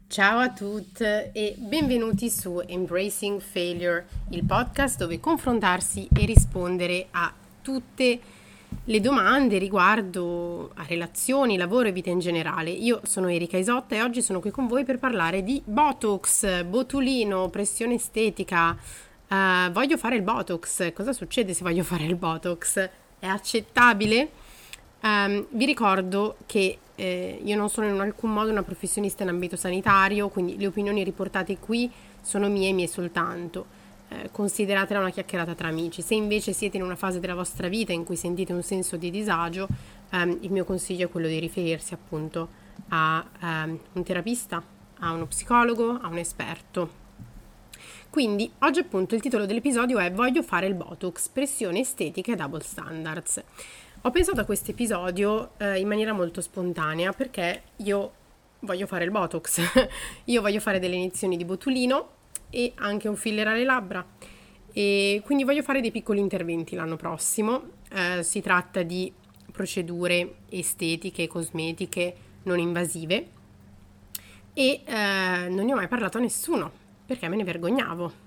Ciao a tutti e benvenuti su Embracing Failure, il podcast dove confrontarsi e rispondere a tutte le domande riguardo a relazioni, lavoro e vita in generale. Io sono Erika Isotta e oggi sono qui con voi per parlare di Botox, botulino, pressione estetica. Voglio fare il Botox. Cosa succede se voglio fare il Botox? È accettabile? Vi ricordo che io non sono in alcun modo una professionista in ambito sanitario, quindi le opinioni riportate qui sono mie soltanto. Consideratela una chiacchierata tra amici. Se invece siete in una fase della vostra vita in cui sentite un senso di disagio, il mio consiglio è quello di riferirsi appunto a un terapista, a uno psicologo, a un esperto. Quindi oggi appunto il titolo dell'episodio è Voglio fare il Botox, pressione estetica e double standards. Ho pensato a questo episodio in maniera molto spontanea perché io voglio fare il Botox, io voglio fare delle iniezioni di botulino e anche un filler alle labbra e quindi voglio fare dei piccoli interventi l'anno prossimo. Si tratta di procedure estetiche, cosmetiche, non invasive e non ne ho mai parlato a nessuno perché me ne vergognavo.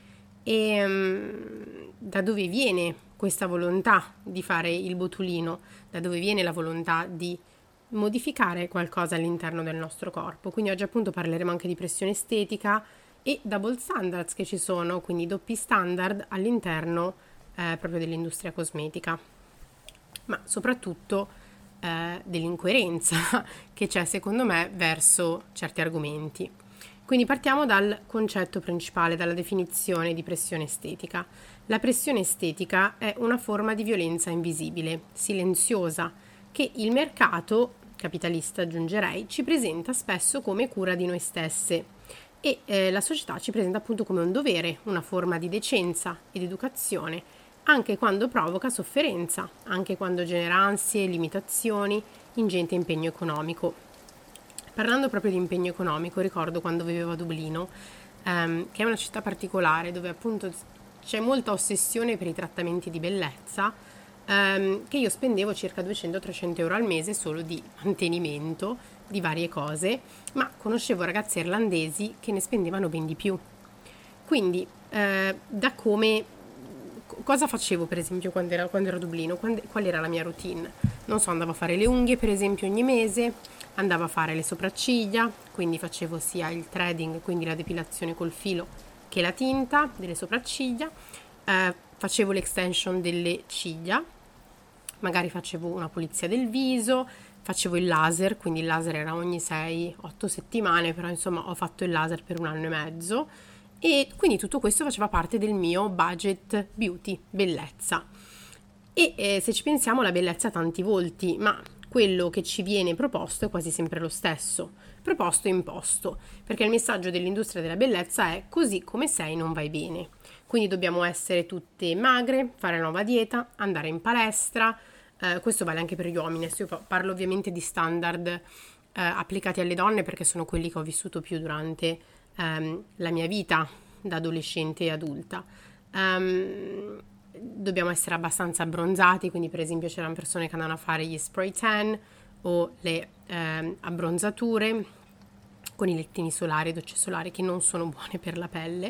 E da dove viene questa volontà di fare il botulino? Da dove viene la volontà di modificare qualcosa all'interno del nostro corpo? Quindi oggi appunto parleremo anche di pressione estetica e double standards che ci sono, quindi doppi standard all'interno proprio dell'industria cosmetica, ma soprattutto dell'incoerenza che c'è secondo me verso certi argomenti. Quindi partiamo dal concetto principale, dalla definizione di pressione estetica. La pressione estetica è una forma di violenza invisibile, silenziosa, che il mercato capitalista, aggiungerei, ci presenta spesso come cura di noi stesse e la società ci presenta appunto come un dovere, una forma di decenza ed educazione, anche quando provoca sofferenza, anche quando genera ansie, limitazioni, ingente impegno economico. Parlando proprio di impegno economico, ricordo quando vivevo a Dublino, che è una città particolare dove appunto c'è molta ossessione per i trattamenti di bellezza, che io spendevo circa 200-300 euro al mese solo di mantenimento di varie cose, ma conoscevo ragazze irlandesi che ne spendevano ben di più. Quindi, cosa facevo per esempio quando ero a Dublino? Qual era la mia routine? Non so, andavo a fare le unghie per esempio ogni mese, andavo a fare le sopracciglia, quindi facevo sia il threading, quindi la depilazione col filo, che la tinta delle sopracciglia, facevo l'extension delle ciglia, magari facevo una pulizia del viso, facevo il laser, quindi il laser era ogni 6-8 settimane, però insomma ho fatto il laser per 1 anno e mezzo e quindi tutto questo faceva parte del mio budget beauty, bellezza. E se ci pensiamo, la bellezza ha tanti volti, ma quello che ci viene proposto è quasi sempre lo stesso, proposto e imposto, perché il messaggio dell'industria della bellezza è così come sei non vai bene. Quindi dobbiamo essere tutte magre, fare la nuova dieta, andare in palestra, questo vale anche per gli uomini. Adesso io parlo ovviamente di standard applicati alle donne perché sono quelli che ho vissuto più durante la mia vita da adolescente e adulta. Dobbiamo essere abbastanza abbronzati, quindi per esempio c'erano persone che andavano a fare gli spray tan o le abbronzature con i lettini solari, docce solari che non sono buone per la pelle,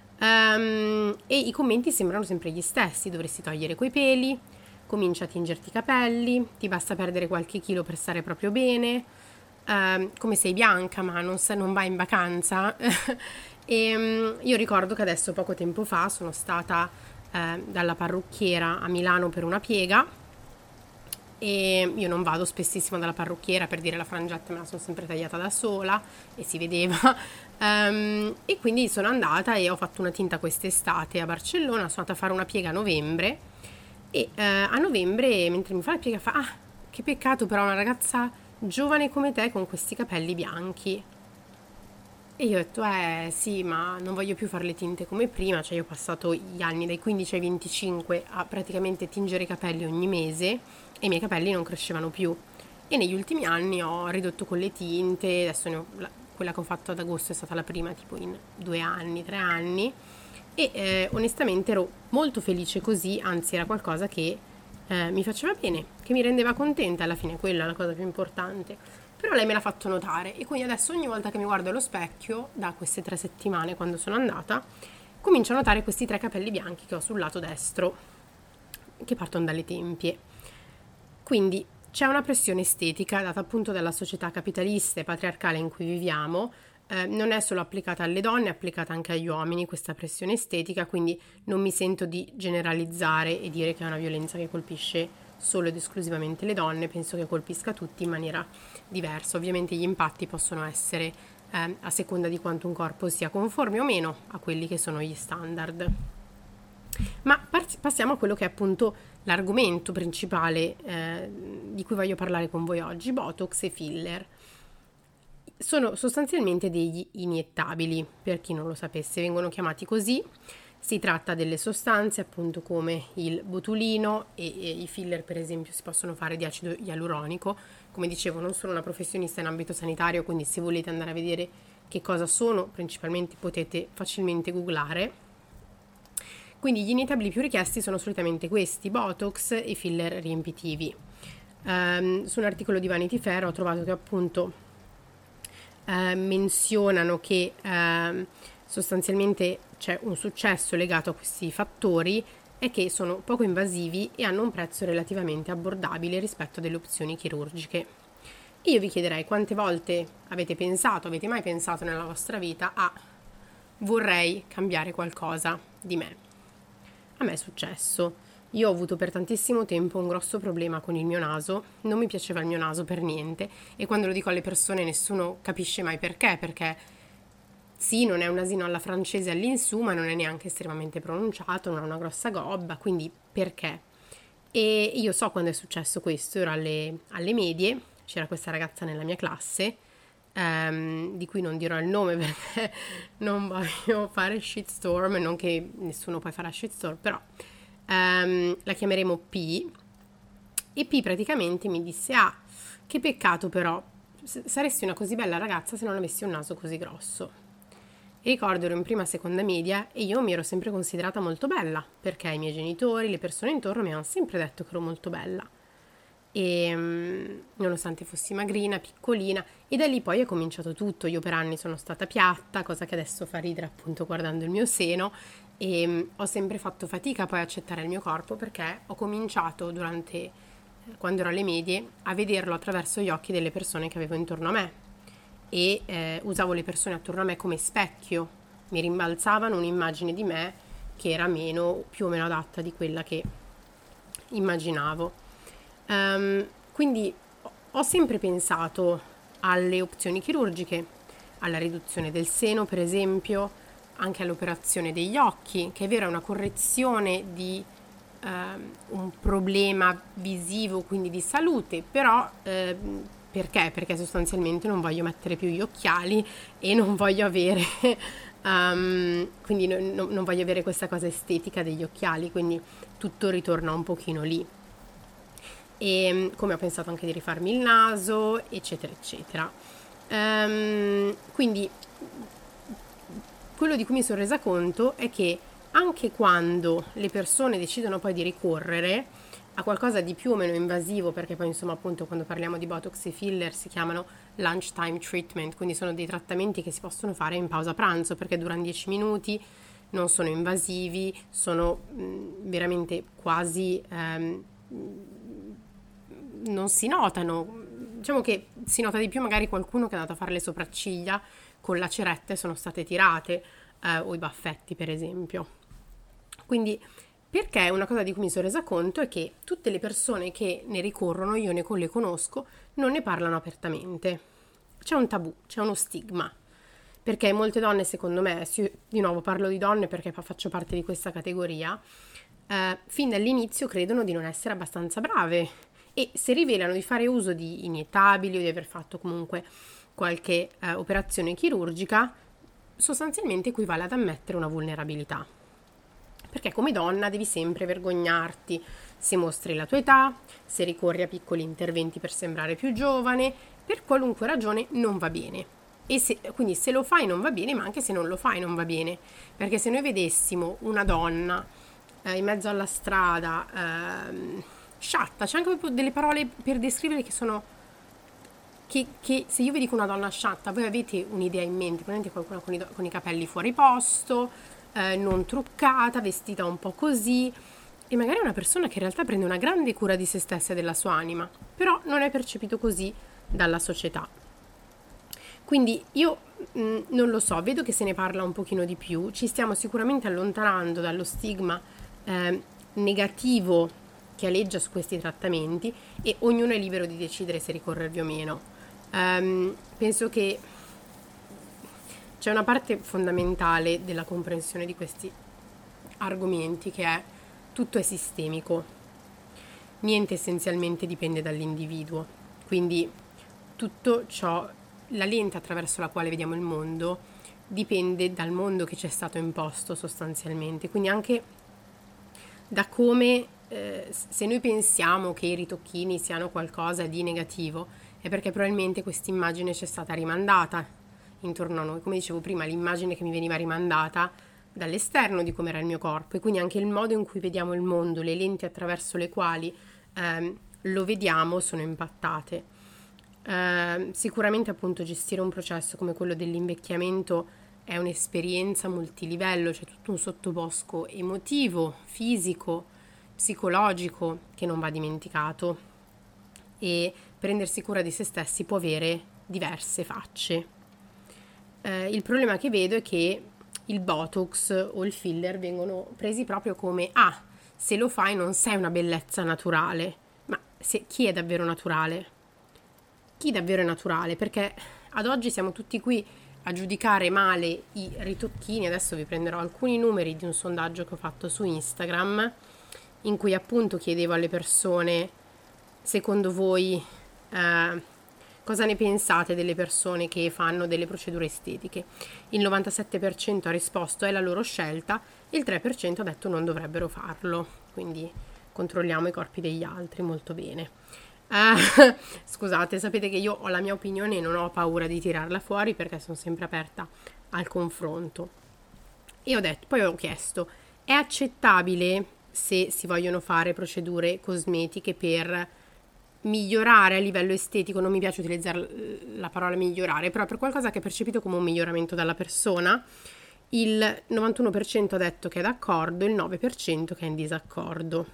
e i commenti sembrano sempre gli stessi: dovresti togliere quei peli, comincia a tingerti i capelli, ti basta perdere qualche chilo per stare proprio bene, come sei bianca ma non vai in vacanza. Io ricordo che adesso poco tempo fa sono stata dalla parrucchiera a Milano per una piega e io non vado spessissimo dalla parrucchiera, per dire, la frangetta me la sono sempre tagliata da sola e si vedeva. E quindi sono andata e ho fatto una tinta quest'estate a Barcellona, sono andata a fare una piega a novembre e a novembre mentre mi fa la piega fa: che peccato però una ragazza giovane come te con questi capelli bianchi. E io ho detto, sì, ma non voglio più fare le tinte come prima, cioè io ho passato gli anni dai 15 ai 25 a praticamente tingere i capelli ogni mese e i miei capelli non crescevano più. E negli ultimi anni ho ridotto con le tinte, adesso quella che ho fatto ad agosto è stata la prima tipo in 2 anni, 3 anni e onestamente ero molto felice così, anzi era qualcosa che mi faceva bene, che mi rendeva contenta, alla fine quella è la cosa più importante. Però lei me l'ha fatto notare e quindi adesso ogni volta che mi guardo allo specchio, da queste 3 settimane quando sono andata, comincio a notare questi 3 capelli bianchi che ho sul lato destro, che partono dalle tempie. Quindi c'è una pressione estetica data appunto dalla società capitalista e patriarcale in cui viviamo. Non è solo applicata alle donne, è applicata anche agli uomini questa pressione estetica, quindi non mi sento di generalizzare e dire che è una violenza che colpisce solo ed esclusivamente le donne, penso che colpisca tutti in maniera diversa. Ovviamente gli impatti possono essere a seconda di quanto un corpo sia conforme o meno a quelli che sono gli standard. Ma passiamo a quello che è appunto l'argomento principale di cui voglio parlare con voi oggi, Botox e filler. Sono sostanzialmente degli iniettabili, per chi non lo sapesse, vengono chiamati così. Si tratta delle sostanze appunto come il botulino e i filler per esempio si possono fare di acido ialuronico. Come dicevo, non sono una professionista in ambito sanitario, quindi se volete andare a vedere che cosa sono, principalmente potete facilmente googlare. Quindi gli iniettabili più richiesti sono solitamente questi, Botox e filler riempitivi. Su un articolo di Vanity Fair ho trovato che appunto menzionano che sostanzialmente c'è un successo legato a questi fattori e che sono poco invasivi e hanno un prezzo relativamente abbordabile rispetto a delle opzioni chirurgiche. Io vi chiederei quante volte avete mai pensato nella vostra vita a vorrei cambiare qualcosa di me. A me è successo. Io ho avuto per tantissimo tempo un grosso problema con il mio naso, non mi piaceva il mio naso per niente e quando lo dico alle persone nessuno capisce mai perché sì, non è un nasino alla francese all'insù, ma non è neanche estremamente pronunciato, non ha una grossa gobba, quindi perché? E io so quando è successo questo, ero alle medie, c'era questa ragazza nella mia classe, di cui non dirò il nome perché non voglio fare shitstorm, non che nessuno poi farà shitstorm, però la chiameremo P, e P praticamente mi disse: che peccato però, saresti una così bella ragazza se non avessi un naso così grosso. E ricordo ero in prima seconda media e io mi ero sempre considerata molto bella perché i miei genitori, le persone intorno mi hanno sempre detto che ero molto bella e nonostante fossi magrina, piccolina, e da lì poi è cominciato tutto. Io per anni sono stata piatta, cosa che adesso fa ridere appunto guardando il mio seno, e ho sempre fatto fatica poi a accettare il mio corpo perché ho cominciato quando ero alle medie a vederlo attraverso gli occhi delle persone che avevo intorno a me e usavo le persone attorno a me come specchio, mi rimbalzavano un'immagine di me che era più o meno adatta di quella che immaginavo. Quindi ho sempre pensato alle opzioni chirurgiche, alla riduzione del seno per esempio, anche all'operazione degli occhi, che è vero è una correzione di un problema visivo, quindi di salute, però perché? Perché sostanzialmente non voglio mettere più gli occhiali e non voglio avere quindi non voglio avere questa cosa estetica degli occhiali, quindi tutto ritorna un pochino lì. E come ho pensato anche di rifarmi il naso, eccetera eccetera. Quindi quello di cui mi sono resa conto è che anche quando le persone decidono poi di ricorrere a qualcosa di più o meno invasivo, perché poi insomma appunto quando parliamo di Botox e filler si chiamano lunchtime treatment, quindi sono dei trattamenti che si possono fare in pausa pranzo perché durano 10 minuti, non sono invasivi, sono veramente quasi non si notano. Diciamo che si nota di più magari qualcuno che è andato a fare le sopracciglia con la ceretta e sono state tirate, o i baffetti per esempio. Quindi perché una cosa di cui mi sono resa conto è che tutte le persone che ne ricorrono, io le conosco, non ne parlano apertamente. C'è un tabù, c'è uno stigma. Perché molte donne, secondo me, di nuovo parlo di donne perché faccio parte di questa categoria, fin dall'inizio credono di non essere abbastanza brave e se rivelano di fare uso di iniettabili o di aver fatto comunque qualche operazione chirurgica, sostanzialmente equivale ad ammettere una vulnerabilità. Perché come donna devi sempre vergognarti se mostri la tua età, se ricorri a piccoli interventi per sembrare più giovane, per qualunque ragione non va bene. Quindi se lo fai non va bene, ma anche se non lo fai non va bene. Perché se noi vedessimo una donna in mezzo alla strada, sciatta, c'è anche proprio delle parole per descrivere che sono che se io vi dico una donna sciatta, voi avete un'idea in mente, probabilmente qualcuno con i capelli fuori posto, non truccata, vestita un po' così, e magari è una persona che in realtà prende una grande cura di se stessa e della sua anima, però non è percepito così dalla società. Quindi io non lo so, vedo che se ne parla un pochino di più, ci stiamo sicuramente allontanando dallo stigma negativo che aleggia su questi trattamenti, e ognuno è libero di decidere se ricorrervi o meno. Penso che c'è una parte fondamentale della comprensione di questi argomenti, che è: tutto è sistemico, niente essenzialmente dipende dall'individuo, quindi tutto ciò, la lente attraverso la quale vediamo il mondo dipende dal mondo che ci è stato imposto sostanzialmente, quindi anche da come se noi pensiamo che i ritocchini siano qualcosa di negativo, è perché probabilmente questa immagine ci è stata rimandata intorno a noi. Come dicevo prima, l'immagine che mi veniva rimandata dall'esterno di come era il mio corpo, e quindi anche il modo in cui vediamo il mondo, le lenti attraverso le quali lo vediamo sono impattate. Sicuramente appunto gestire un processo come quello dell'invecchiamento è un'esperienza multilivello, c'è tutto un sottobosco emotivo, fisico, psicologico che non va dimenticato, e prendersi cura di se stessi può avere diverse facce. Il problema che vedo è che il Botox o il filler vengono presi proprio come: se lo fai non sei una bellezza naturale. Ma chi è davvero naturale? Chi davvero è naturale? Perché ad oggi siamo tutti qui a giudicare male i ritocchini. Adesso vi prenderò alcuni numeri di un sondaggio che ho fatto su Instagram, in cui appunto chiedevo alle persone: secondo voi cosa ne pensate delle persone che fanno delle procedure estetiche? Il 97% ha risposto è la loro scelta, e il 3% ha detto non dovrebbero farlo. Quindi controlliamo i corpi degli altri molto bene. Scusate, sapete che io ho la mia opinione e non ho paura di tirarla fuori, perché sono sempre aperta al confronto. E poi ho chiesto: è accettabile se si vogliono fare procedure cosmetiche per migliorare a livello estetico? Non mi piace utilizzare la parola migliorare, però per qualcosa che è percepito come un miglioramento dalla persona. Il 91% ha detto che è d'accordo, il 9% che è in disaccordo.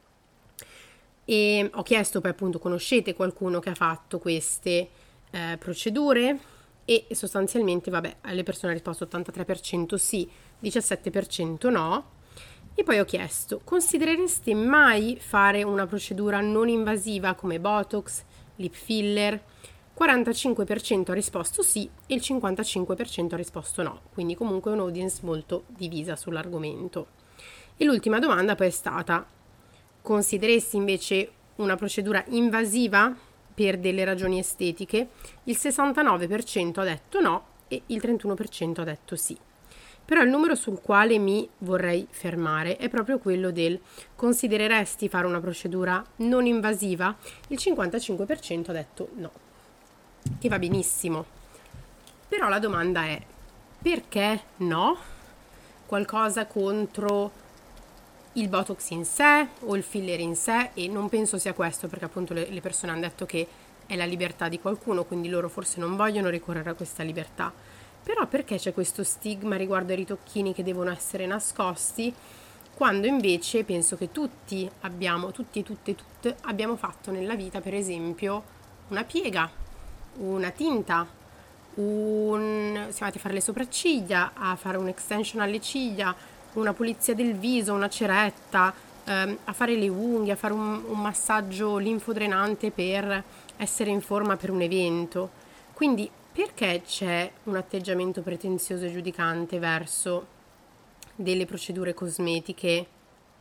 E ho chiesto poi appunto: conoscete qualcuno che ha fatto queste procedure? E sostanzialmente le persone hanno risposto 83% sì, 17% no. E poi ho chiesto: considerereste mai fare una procedura non invasiva come Botox, lip filler? 45% ha risposto sì e il 55% ha risposto no, quindi comunque un'audience molto divisa sull'argomento. E l'ultima domanda poi è stata: consideresti invece una procedura invasiva per delle ragioni estetiche? Il 69% ha detto no e il 31% ha detto sì. Però il numero sul quale mi vorrei fermare è proprio quello del: considereresti fare una procedura non invasiva? Il 55% ha detto no, che va benissimo. Però la domanda è: perché no? Qualcosa contro il Botox in sé o il filler in sé? E non penso sia questo, perché appunto le persone hanno detto che è la libertà di qualcuno, quindi loro forse non vogliono ricorrere a questa libertà. Però perché c'è questo stigma riguardo ai ritocchini che devono essere nascosti, quando invece penso che tutti e tutte abbiamo fatto nella vita, per esempio, una piega, una tinta, siamo andati a fare le sopracciglia, a fare un'extension alle ciglia, una pulizia del viso, una ceretta, a fare le unghie, a fare un massaggio linfodrenante per essere in forma per un evento. Quindi perché c'è un atteggiamento pretenzioso e giudicante verso delle procedure cosmetiche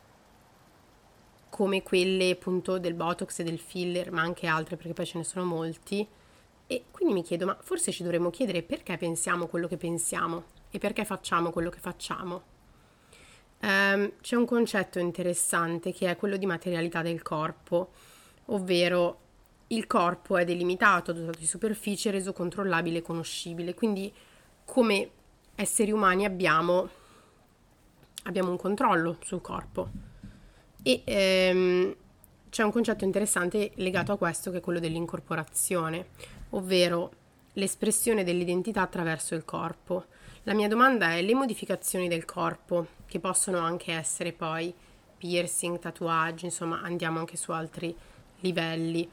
come quelle appunto del Botox e del filler, ma anche altre, perché poi ce ne sono molti? E quindi mi chiedo: ma forse ci dovremmo chiedere perché pensiamo quello che pensiamo e perché facciamo quello che facciamo. C'è un concetto interessante che è quello di materialità del corpo, ovvero il corpo è delimitato, dotato di superficie, reso controllabile e conoscibile. Quindi come esseri umani abbiamo un controllo sul corpo. E c'è un concetto interessante legato a questo, che è quello dell'incorporazione. ovvero l'espressione dell'identità attraverso il corpo. La mia domanda è: le modificazioni del corpo, che possono anche essere poi piercing, tatuaggi, insomma andiamo anche su altri livelli,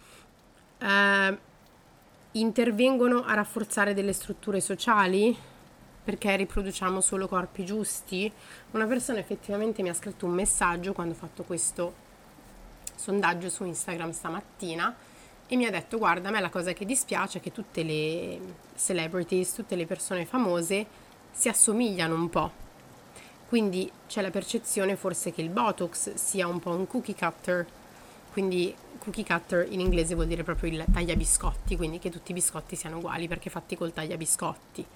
intervengono a rafforzare delle strutture sociali perché riproduciamo solo corpi giusti? Una persona effettivamente mi ha scritto un messaggio quando ho fatto questo sondaggio su Instagram stamattina e mi ha detto: guarda, a me la cosa che dispiace è che tutte le celebrities, tutte le persone famose si assomigliano un po', quindi c'è la percezione forse che il Botox sia un po' un cookie cutter. Quindi cookie cutter in inglese vuol dire proprio il tagliabiscotti, quindi che tutti i biscotti siano uguali perché fatti col tagliabiscotti.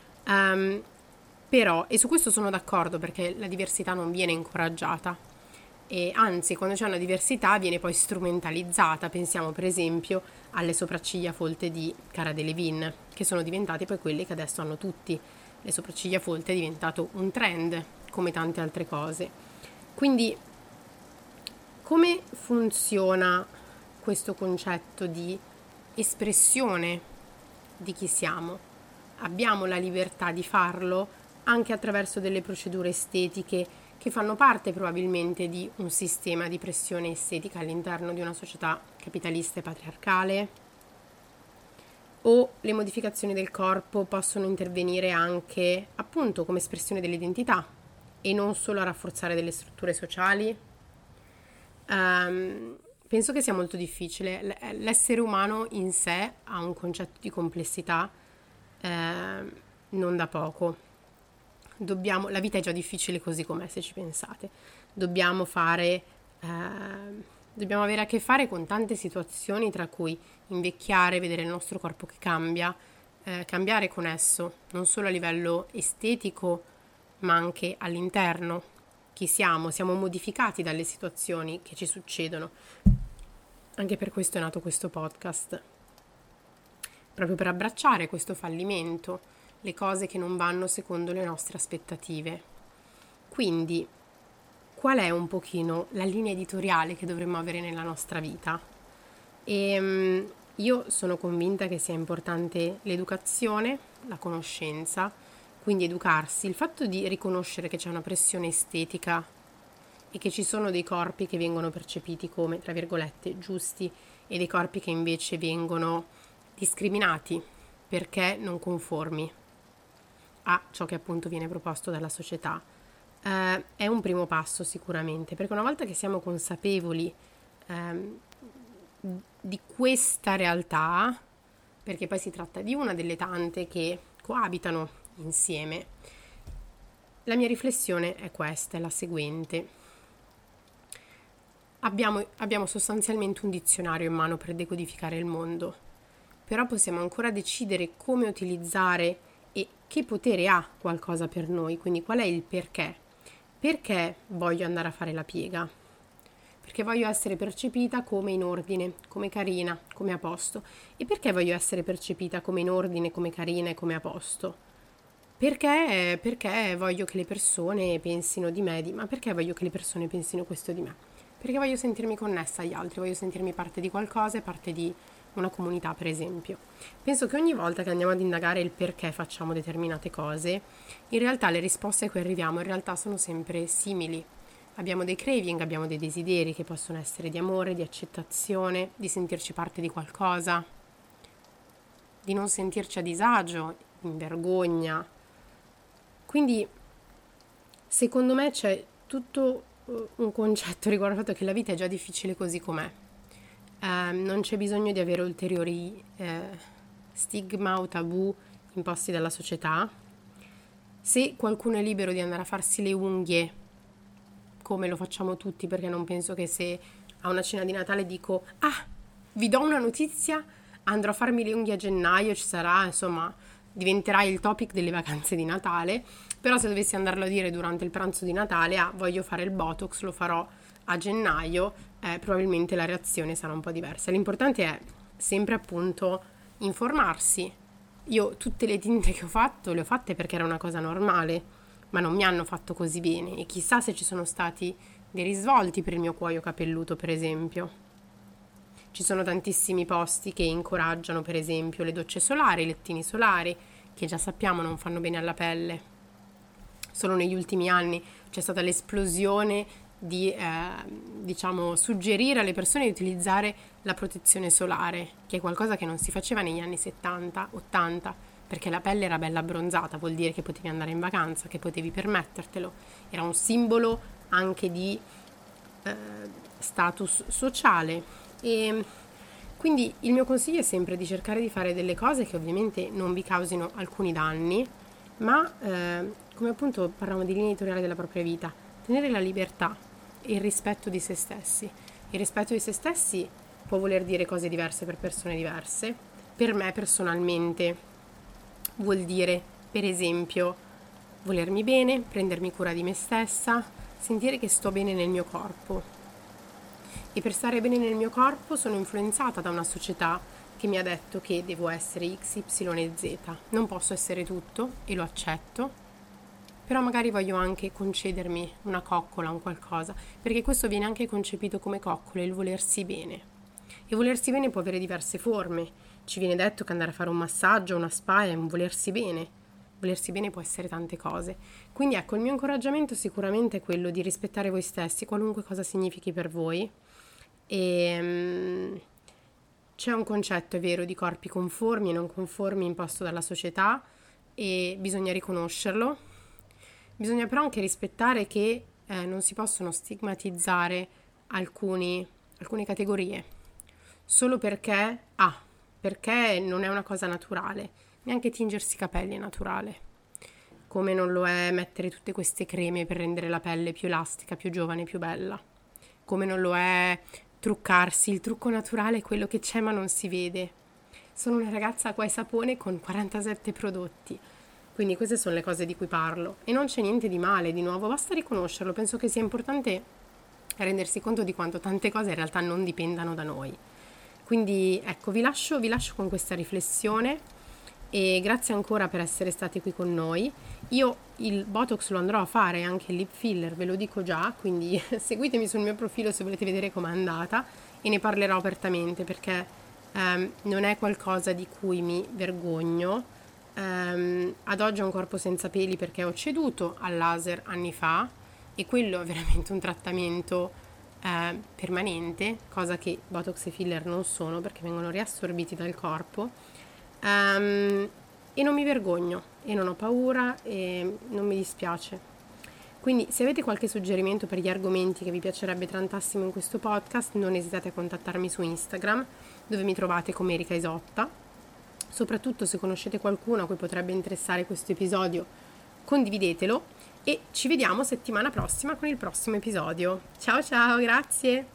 Però, e su questo sono d'accordo, perché la diversità non viene incoraggiata, e anzi, quando c'è una diversità viene poi strumentalizzata. Pensiamo per esempio alle sopracciglia folte di Cara Delevingne, che sono diventate poi quelle che adesso hanno tutti. Le sopracciglia folte è diventato un trend, come tante altre cose. Quindi come funziona questo concetto di espressione di chi siamo? Abbiamo la libertà di farlo anche attraverso delle procedure estetiche che fanno parte probabilmente di un sistema di pressione estetica all'interno di una società capitalista e patriarcale? O le modificazioni del corpo possono intervenire anche appunto come espressione dell'identità e non solo a rafforzare delle strutture sociali? Penso che sia molto difficile. L'essere umano in sé ha un concetto di complessità non da poco. La vita è già difficile così com'è, se ci pensate. Dobbiamo avere a che fare con tante situazioni, tra cui invecchiare, vedere il nostro corpo che cambia, cambiare con esso, non solo a livello estetico, ma anche all'interno. Chi siamo modificati dalle situazioni che ci succedono. Anche per questo è nato questo podcast, proprio per abbracciare questo fallimento, le cose che non vanno secondo le nostre aspettative. Quindi, qual è un pochino la linea editoriale che dovremmo avere nella nostra vita? Io sono convinta che sia importante l'educazione, la conoscenza, quindi educarsi, il fatto di riconoscere che c'è una pressione estetica e che ci sono dei corpi che vengono percepiti come, tra virgolette, giusti e dei corpi che invece vengono discriminati perché non conformi a ciò che appunto viene proposto dalla società. È un primo passo sicuramente, perché una volta che siamo consapevoli di questa realtà, perché poi si tratta di una delle tante che coabitano insieme, la mia riflessione è questa, è la seguente. Abbiamo sostanzialmente un dizionario in mano per decodificare il mondo, però possiamo ancora decidere come utilizzare e che potere ha qualcosa per noi, quindi qual è il perché. Perché voglio andare a fare la piega? Perché voglio essere percepita come in ordine, come carina, come a posto. E perché voglio essere percepita come in ordine, come carina e come a posto? Perché voglio che le persone pensino di me, ma perché voglio che le persone pensino questo di me? Perché voglio sentirmi connessa agli altri, voglio sentirmi parte di qualcosa e parte di una comunità, per esempio. Penso che ogni volta che andiamo ad indagare il perché facciamo determinate cose, in realtà le risposte a cui arriviamo in realtà sono sempre simili. Abbiamo dei craving, abbiamo dei desideri che possono essere di amore, di accettazione, di sentirci parte di qualcosa, di non sentirci a disagio, in vergogna. Quindi, secondo me c'è tutto un concetto riguardo al fatto che la vita è già difficile così com'è. Non c'è bisogno di avere ulteriori stigma o tabù imposti dalla società. Se qualcuno è libero di andare a farsi le unghie, come lo facciamo tutti, perché non penso che se a una cena di Natale dico vi do una notizia, andrò a farmi le unghie a gennaio, ci sarà, insomma, diventerà il topic delle vacanze di Natale. Però se dovessi andarlo a dire durante il pranzo di Natale, voglio fare il Botox, lo farò a gennaio, probabilmente la reazione sarà un po' diversa. L'importante è sempre appunto informarsi. Io tutte le tinte che ho fatto le ho fatte perché era una cosa normale, ma non mi hanno fatto così bene, e chissà se ci sono stati dei risvolti per il mio cuoio capelluto, per esempio. Ci sono tantissimi posti che incoraggiano, per esempio, le docce solari, i lettini solari, che già sappiamo non fanno bene alla pelle. Solo negli ultimi anni c'è stata l'esplosione di suggerire alle persone di utilizzare la protezione solare, che è qualcosa che non si faceva negli anni 70-80, perché la pelle era bella abbronzata, vuol dire che potevi andare in vacanza, che potevi permettertelo, era un simbolo anche di status sociale. E quindi il mio consiglio è sempre di cercare di fare delle cose che ovviamente non vi causino alcuni danni, ma come appunto parliamo di linea editoriale della propria vita, tenere la libertà e il rispetto di se stessi. Il rispetto di se stessi può voler dire cose diverse per persone diverse. Per me personalmente vuol dire, per esempio, volermi bene, prendermi cura di me stessa, sentire che sto bene nel mio corpo. E per stare bene nel mio corpo sono influenzata da una società che mi ha detto che devo essere X, Y e Z. Non posso essere tutto e lo accetto, però magari voglio anche concedermi una coccola, un qualcosa, perché questo viene anche concepito come coccola, il volersi bene. E volersi bene può avere diverse forme. Ci viene detto che andare a fare un massaggio, una spa è un volersi bene. Volersi bene può essere tante cose. Quindi ecco, il mio incoraggiamento sicuramente è quello di rispettare voi stessi, qualunque cosa significhi per voi. E c'è un concetto, è vero, di corpi conformi e non conformi imposto dalla società e bisogna riconoscerlo. Bisogna però anche rispettare che non si possono stigmatizzare alcune categorie solo perché non è una cosa naturale. Neanche tingersi i capelli è naturale, come non lo è mettere tutte queste creme per rendere la pelle più elastica, più giovane, più bella, come non lo è truccarsi. Il trucco naturale è quello che c'è ma non si vede. Sono una ragazza acqua e sapone con 47 prodotti, quindi queste sono le cose di cui parlo e non c'è niente di male, di nuovo, basta riconoscerlo. Penso che sia importante rendersi conto di quanto tante cose in realtà non dipendano da noi. Quindi ecco, vi lascio con questa riflessione e grazie ancora per essere stati qui con noi. Io il Botox lo andrò a fare, anche il lip filler, ve lo dico già, quindi seguitemi sul mio profilo se volete vedere com'è andata e ne parlerò apertamente perché non è qualcosa di cui mi vergogno. Ad oggi ho un corpo senza peli perché ho ceduto al laser anni fa e quello è veramente un trattamento permanente, cosa che Botox e filler non sono perché vengono riassorbiti dal corpo. E non mi vergogno e non ho paura e non mi dispiace. Quindi se avete qualche suggerimento per gli argomenti che vi piacerebbe tantissimo in questo podcast, non esitate a contattarmi su Instagram, dove mi trovate come Erika Isotta. Soprattutto se conoscete qualcuno a cui potrebbe interessare questo episodio, condividetelo e ci vediamo settimana prossima con il prossimo episodio. Ciao ciao, grazie!